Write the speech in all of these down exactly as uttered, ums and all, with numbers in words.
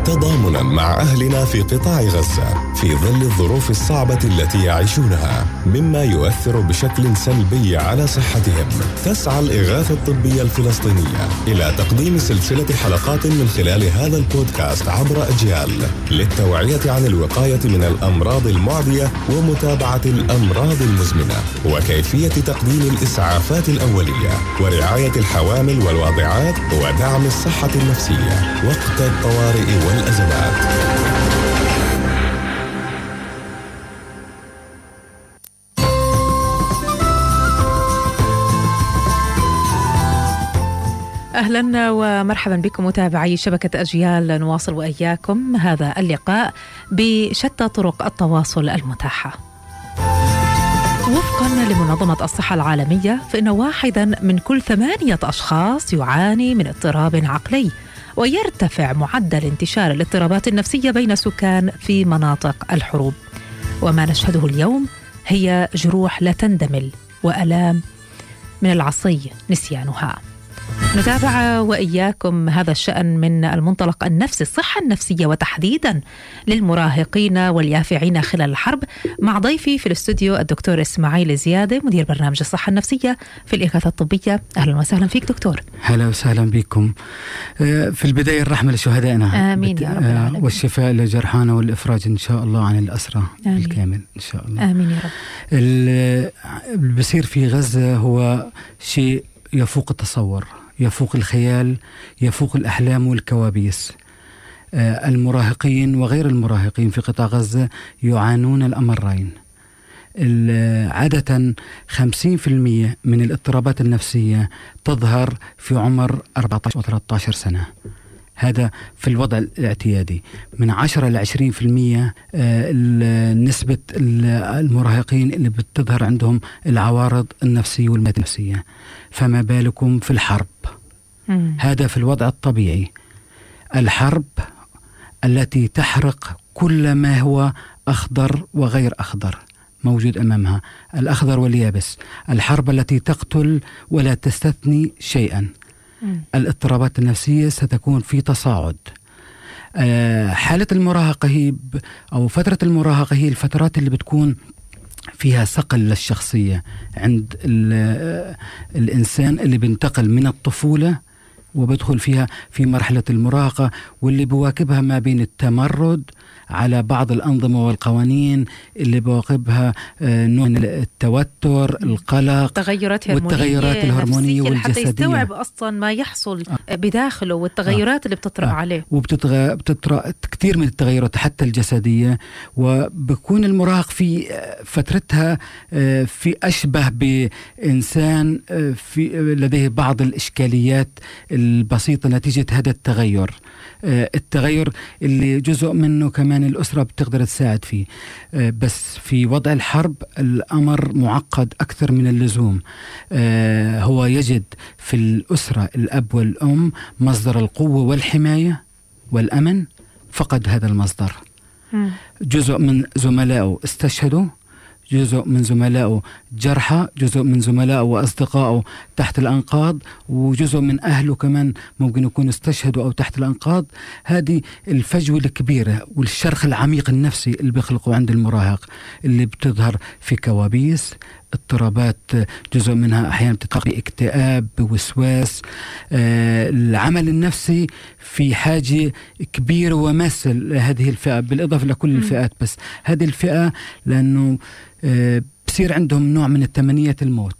تضامنا مع أهلنا في قطاع غزة في ظل الظروف الصعبة التي يعيشونها مما يؤثر بشكل سلبي على صحتهم. تسعى الإغاثة الطبية الفلسطينية إلى تقديم سلسلة حلقات من خلال هذا البودكاست عبر أجيال للتوعية عن الوقاية من الأمراض المعدية ومتابعة الأمراض المزمنة وكيفية تقديم الإسعافات الأولية ورعاية الحوامل والواضعات ودعم الصحة النفسية وقت الطوارئ والأزمات. أهلا ومرحبا بكم متابعي شبكة أجيال. نواصل وإياكم هذا اللقاء بشتى طرق التواصل المتاحة. وفقا لمنظمة الصحة العالمية فإن واحدا من كل ثمانية أشخاص يعاني من اضطراب عقلي، ويرتفع معدل انتشار الاضطرابات النفسية بين السكان في مناطق الحروب. وما نشهده اليوم هي جروح لا تندمل وألام من العصي نسيانها. نتابع وإياكم هذا الشأن من المنطلق النفسي، الصحة النفسية وتحديدا للمراهقين واليافعين خلال الحرب، مع ضيفي في الاستوديو الدكتور إسماعيل زيادة، مدير برنامج الصحة النفسية في الإغاثة الطبية. أهلا وسهلا فيك دكتور. هلا وسهلا بكم. في البداية الرحمة لشهدائنا، آمين يا رب العالمين، والشفاء لجرحانا والإفراج إن شاء الله عن الأسرى الكامل إن شاء الله. آمين يا رب. اللي بصير في غزة هو شيء يفوق التصور، يفوق الخيال، يفوق الأحلام والكوابيس. آه المراهقين وغير المراهقين في قطاع غزة يعانون الأمرين. عادة خمسين بالمئة من الاضطرابات النفسية تظهر في عمر أربعة عشر و ثلاثة عشر سنة، هذا في الوضع الاعتيادي. من عشرة إلى عشرين بالمئة آه نسبة المراهقين اللي بتظهر عندهم العوارض النفسية والنفسية، فما بالكم في الحرب. مم. هذا في الوضع الطبيعي. الحرب التي تحرق كل ما هو أخضر وغير أخضر موجود أمامها، الأخضر واليابس. الحرب التي تقتل ولا تستثني شيئا. مم. الاضطرابات النفسية ستكون في تصاعد. أه حالة المراهقة هي أو فترة المراهقة هي الفترات اللي بتكون فيها صقل للشخصية عند الإنسان اللي بينتقل من الطفولة وبدخل فيها في مرحلة المراهقة، واللي بواكبها ما بين التمرد على بعض الأنظمة والقوانين، اللي بواكبها نوع من التوتر، القلق، التغيرات والتغيرات الهرمونية والجسدية، حتى يستوعب أصلا ما يحصل آه. بداخله والتغيرات آه. اللي بتطرأ آه. عليه، وبتطرأ كثير من التغيرات حتى الجسدية. وبكون المراهق في فترتها في أشبه بإنسان في لديه بعض الإشكاليات البسيطة نتيجة هذا التغير. التغير اللي جزء منه كمان الأسرة بتقدر تساعد فيه، بس في وضع الحرب الأمر معقد أكثر من اللزوم. هو يجد في الأسرة الأب والأم مصدر القوة والحماية والأمن، فقد هذا المصدر. جزء من زملائه استشهدوا، جزء من زملائه جرحى، جزء من زملائه وأصدقائه تحت الأنقاض، وجزء من أهله كمان ممكن يكونوا استشهدوا أو تحت الأنقاض. هذه الفجوة الكبيرة والشرخ العميق النفسي اللي بيخلقه عند المراهق، اللي بتظهر في كوابيس، اضطرابات جزء منها أحيانا بتتحقق باكتئاب، بوسواس. آه العمل النفسي في حاجة كبيرة وماسة لهذه الفئة، بالإضافة لكل الفئات، بس هذه الفئة لأنه آه بصير عندهم نوع من التمنية الموت.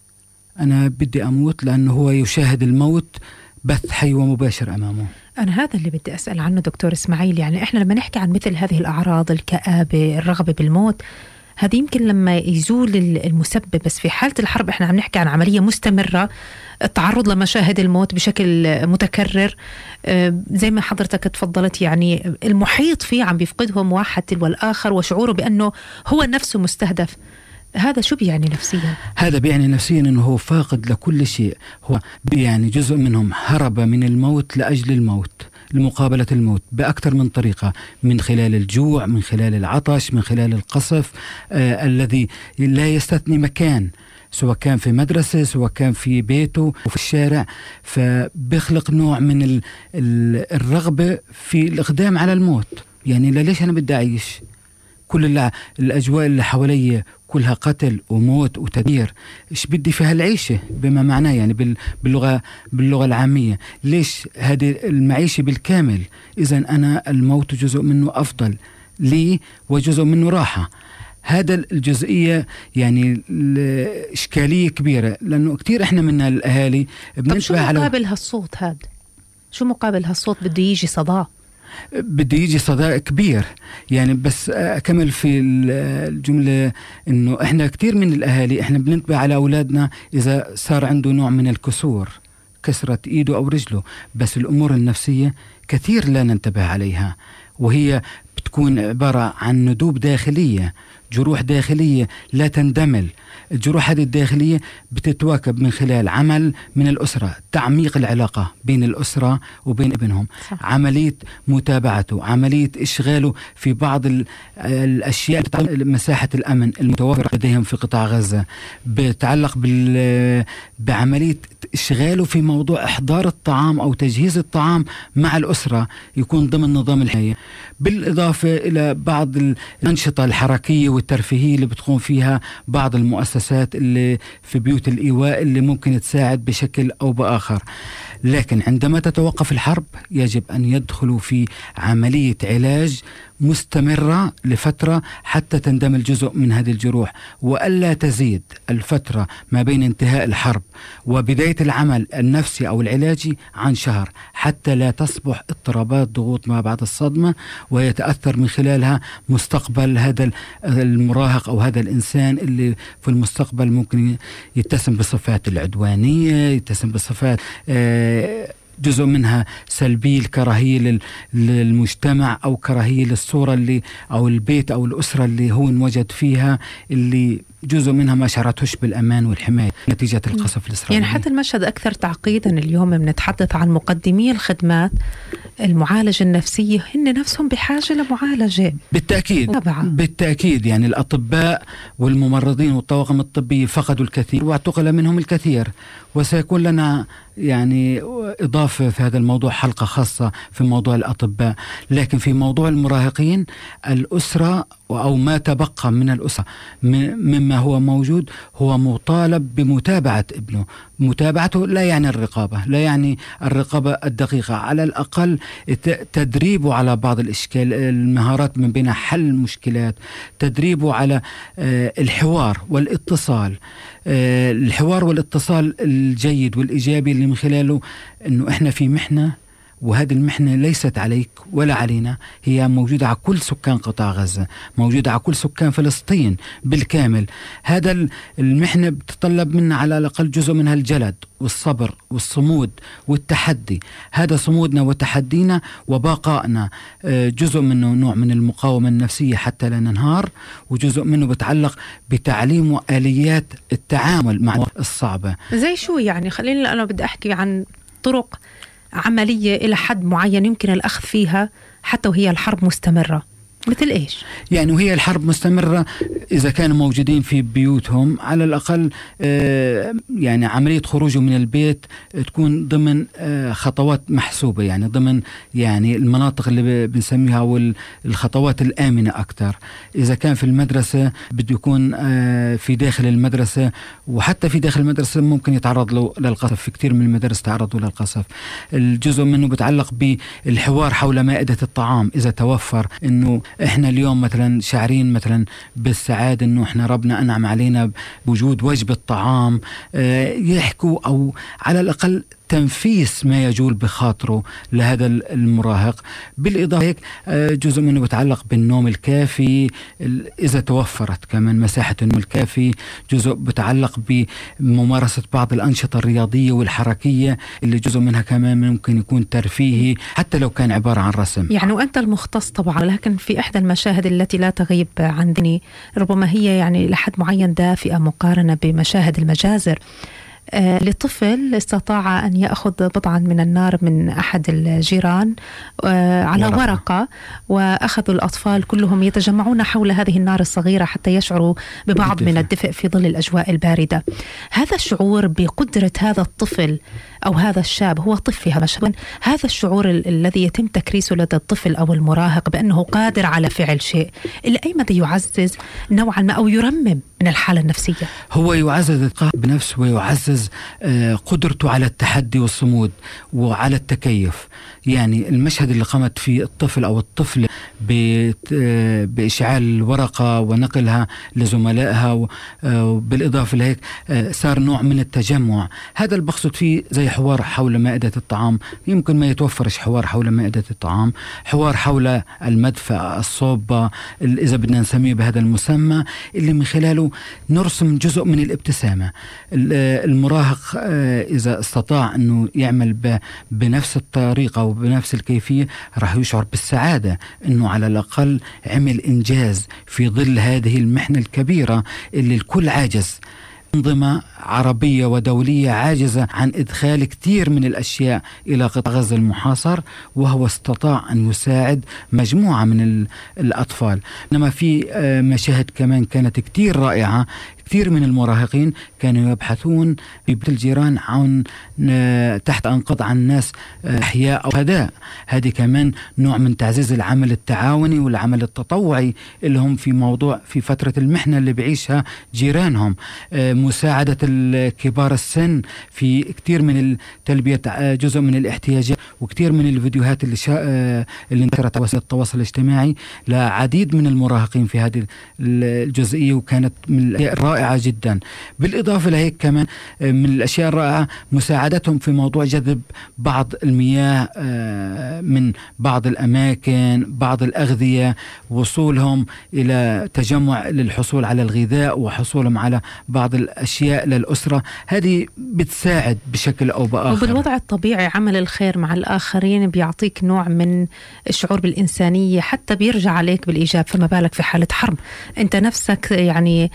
أنا بدي أموت، لأنه هو يشاهد الموت بث حي ومباشر أمامه. أنا هذا اللي بدي أسأل عنه دكتور إسماعيل. يعني إحنا لما نحكي عن مثل هذه الأعراض، الكآبة، الرغبة بالموت، هذه يمكن لما يزول المسبب، بس في حالة الحرب إحنا عم نحكي عن عملية مستمرة، التعرض لمشاهد الموت بشكل متكرر. زي ما حضرتك تفضلت، يعني المحيط فيه عم بيفقدهم واحد تلو الآخر، وشعوره بأنه هو نفسه مستهدف. هذا شو بيعني نفسيا؟ هذا بيعني نفسيا أنه هو فاقد لكل شيء. هو بيعني جزء منهم هرب من الموت لأجل الموت، لمقابلة الموت بأكثر من طريقة، من خلال الجوع، من خلال العطش، من خلال القصف آه الذي لا يستثني مكان. سواء كان في مدرسة سواء كان في بيته وفي الشارع، فبيخلق نوع من ال ال الرغبة في الإقدام على الموت. يعني ليش أنا بدي أعيش؟ كل الأجواء اللي حوالي كلها قتل وموت وتدمير، إيش بدي في هالعيشة بما معناه يعني باللغة باللغة العامية؟ ليش هذه المعيشة بالكامل؟ إذن أنا الموت جزء منه أفضل لي وجزء منه راحة. هذا الجزئية يعني إشكالية كبيرة، لأنه كتير إحنا من الأهالي بننتبه. شو مقابل على... هالصوت هذا؟ شو مقابل هالصوت؟ بده يجي صدى، بده يجي صدى كبير يعني. بس أكمل في الجملة إنه إحنا كتير من الأهالي إحنا بننتبه على أولادنا إذا صار عنده نوع من الكسور، كسرت إيده أو رجله، بس الأمور النفسية كثير لا ننتبه عليها، وهي بتكون عبارة عن ندوب داخلية، جروح داخلية لا تندمل. الجروح هذه الداخلية بتتواكب من خلال عمل من الأسرة، تعميق العلاقة بين الأسرة وبين ابنهم، صح. عملية متابعته، عملية إشغاله في بعض الأشياء، مساحة الأمن المتوفرة لديهم في قطاع غزة، بتعلق بعملية إشغاله في موضوع إحضار الطعام أو تجهيز الطعام مع الأسرة، يكون ضمن نظام الحياة، بالإضافة إلى بعض الأنشطة الحركية والترفيهية اللي بتقوم فيها بعض المؤسسات اللي في بيوت الإيواء اللي ممكن تساعد بشكل أو بآخر. لكن عندما تتوقف الحرب يجب أن يدخلوا في عملية علاج مستمرة لفترة حتى تندمل جزء من هذه الجروح، وألا تزيد الفترة ما بين انتهاء الحرب وبداية العمل النفسي أو العلاجي عن شهر، حتى لا تصبح اضطرابات ضغوط ما بعد الصدمة ويتأثر من خلالها مستقبل هذا المراهق أو هذا الإنسان اللي في المستقبل ممكن يتسم بصفات العدوانية، يتسم بصفات آه جزء منها سلبي، الكراهية للمجتمع أو كراهية للصورة اللي أو البيت أو الأسرة اللي هو انوجد فيها، اللي جزء منها ما شعرتهش بالأمان والحماية نتيجة القصف الإسرائيلي. يعني حتى المشهد أكثر تعقيدا. اليوم بنتحدث عن مقدمي الخدمات المعالجة النفسية، هن نفسهم بحاجة لمعالجة. بالتأكيد طبعا. بالتأكيد يعني الأطباء والممرضين والطواقم الطبية فقدوا الكثير واعتقل منهم الكثير، وسيكون لنا يعني إضافة في هذا الموضوع حلقة خاصة في موضوع الأطباء. لكن في موضوع المراهقين، الأسرة أو ما تبقى من الأسرة مما هو موجود هو مطالب بمتابعة ابنه. متابعته لا يعني الرقابة، لا يعني الرقابة الدقيقة، على الأقل تدريبه على بعض الإشكال المهارات من بين حل المشكلات، تدريبه على الحوار والاتصال، الحوار والاتصال الجيد والإيجابي اللي من خلاله أنه إحنا في محنة، وهذه المحنة ليست عليك ولا علينا، هي موجودة على كل سكان قطاع غزة، موجودة على كل سكان فلسطين بالكامل. هذا المحنة بتطلب منا على الأقل جزء منها الجلد والصبر والصمود والتحدي. هذا صمودنا وتحدينا وبقائنا جزء منه نوع من المقاومة النفسية حتى لا ننهار، وجزء منه بتعلق بتعليم آليات التعامل مع الصعبة. زي شو يعني؟ خليني أنا بدي أحكي عن طرق عملية إلى حد معين يمكن الأخذ فيها حتى وهي الحرب مستمرة. مثل إيش؟ يعني وهي الحرب مستمرة إذا كانوا موجودين في بيوتهم، على الأقل آه يعني عملية خروجه من البيت تكون ضمن آه خطوات محسوبة، يعني ضمن يعني المناطق اللي بنسميها والخطوات الآمنة أكتر. إذا كان في المدرسة بده يكون آه في داخل المدرسة، وحتى في داخل المدرسة ممكن يتعرض له للقصف، في كتير من المدارس تعرضوا للقصف. الجزء منه بتعلق بالحوار حول مائدة الطعام، إذا توفر إنه إحنا اليوم مثلا شاعرين مثلا بالسعادة إنه إحنا ربنا أنعم علينا بوجود وجبة طعام، يحكوا أو على الأقل تنفيس ما يجول بخاطره لهذا المراهق. بالإضافة هيك جزء منه بتعلق بالنوم الكافي، إذا توفرت كمان مساحة النوم الكافي. جزء بتعلق بممارسة بعض الأنشطة الرياضية والحركية اللي جزء منها كمان ممكن يكون ترفيهي حتى لو كان عبارة عن رسم. يعني وأنت المختص طبعا، لكن في إحدى المشاهد التي لا تغيب عن ذهني، ربما هي يعني لحد معين دافئة مقارنة بمشاهد المجازر، لطفل استطاع أن يأخذ بضعا من النار من أحد الجيران على ورقة, ورقة وأخذوا الأطفال كلهم يتجمعون حول هذه النار الصغيرة حتى يشعروا ببعض بالدفء. من الدفء في ظل الأجواء الباردة. هذا الشعور بقدرة هذا الطفل أو هذا الشاب، هو طفل مشابه، هذا الشعور ال- الذي يتم تكريسه لدى الطفل أو المراهق بأنه قادر على فعل شيء، إلى أي مدى يعزز نوعا ما أو يرمم من الحالة النفسية؟ هو يعزز الثقة بنفسه ويعزز قدرته على التحدي والصمود وعلى التكيف. يعني المشهد اللي قامت فيه الطفل أو الطفل بإشعال الورقة ونقلها لزملائها، وبالإضافة لهيك صار نوع من التجمع. هذا اللي بقصد فيه زي حوار حول مائدة الطعام. يمكن ما يتوفرش حوار حول مائدة الطعام، حوار حول المدفأ، الصوبة، إذا بدنا نسميه بهذا المسمى، اللي من خلاله نرسم جزء من الابتسامة. المراهق إذا استطاع أنه يعمل بنفس الطريقة وبنفس الكيفية راح يشعر بالسعادة أنه على الأقل عمل إنجاز في ظل هذه المحنة الكبيرة اللي الكل عاجز. أنظمة عربية ودولية عاجزة عن إدخال كثير من الأشياء إلى قطاع غزة المحاصر، وهو استطاع أن يساعد مجموعة من الأطفال. إنما في مشاهد كمان كانت كثير رائعة. كثير من المراهقين كانوا يبحثون في بيت الجيران عن تحت أنقاض عن ناس أحياء أو هداء. هذه كمان نوع من تعزيز العمل التعاوني والعمل التطوعي اللي هم في موضوع في فترة المحنة اللي بعيشها جيرانهم. مساعدة الكبار السن في كثير من تلبية جزء من الاحتياجات. وكثير من الفيديوهات اللي شا... اللي انتشرت على وسائل التواصل الاجتماعي لعديد من المراهقين في هذه الجزئية، وكانت من الأشياء الرائعة جدا. بالإضافة لهيك كمان من الأشياء الرائعة مساعدتهم في موضوع جذب بعض المياه من بعض الأماكن، بعض الأغذية، وصولهم إلى تجمع للحصول على الغذاء وحصولهم على بعض الأشياء للأسرة. هذه بتساعد بشكل أو بآخر. وبالوضع الطبيعي عمل الخير مع الآخرين بيعطيك نوع من الشعور بالإنسانية، حتى بيرجع عليك بالإيجاب، فما بالك في حالة حرب أنت نفسك يعني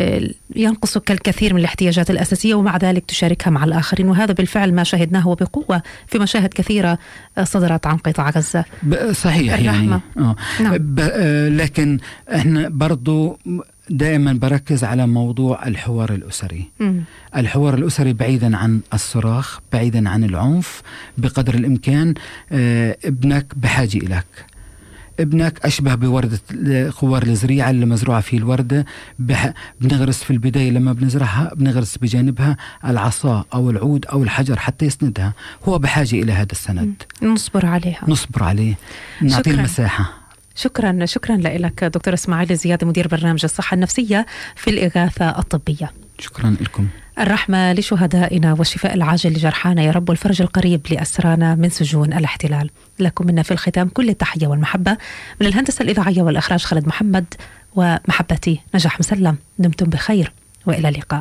ينقصك الكثير من الاحتياجات الأساسية ومع ذلك تشاركها مع الآخرين. وهذا بالفعل ما شاهدناه بقوة في مشاهد كثيرة صدرت عن قطاع غزة. صحيح يعني آه. نعم. لكن احنا برضو دائما بركز على موضوع الحوار الأسري. م. الحوار الأسري بعيدا عن الصراخ، بعيدا عن العنف، بقدر الإمكان. آه ابنك بحاجة إليك. ابنك أشبه بوردة خوار الزريعة اللي مزروعة فيه الوردة. بح... بنغرس في البداية لما بنزرعها بنغرس بجانبها العصا أو العود أو الحجر حتى يسندها. هو بحاجة إلى هذا السند. م. نصبر عليها، نصبر عليه، نعطيه المساحة. شكرا شكرا لك دكتور إسماعيل زياد، مدير برنامج الصحة النفسية في الإغاثة الطبية. شكرا لكم. الرحمة لشهدائنا والشفاء العاجل لجرحانا يا رب، والفرج القريب لأسرانا من سجون الاحتلال. لكم منا في الختام كل التحية والمحبة من الهندسة الإذاعية والإخراج خالد محمد، ومحبتي نجاح مسلم. دمتم بخير وإلى اللقاء.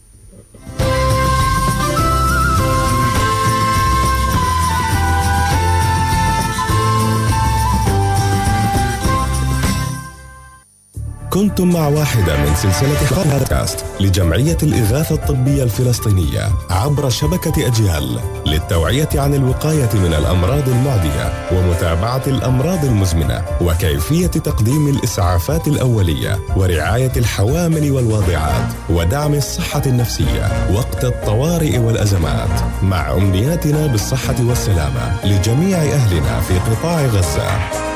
كنتم مع واحدة من سلسلة بودكاست لجمعية الإغاثة الطبية الفلسطينية عبر شبكة أجيال للتوعية عن الوقاية من الأمراض المعدية ومتابعة الأمراض المزمنة وكيفية تقديم الإسعافات الأولية ورعاية الحوامل والواضعات ودعم الصحة النفسية وقت الطوارئ والأزمات، مع أمنياتنا بالصحة والسلامة لجميع أهلنا في قطاع غزة.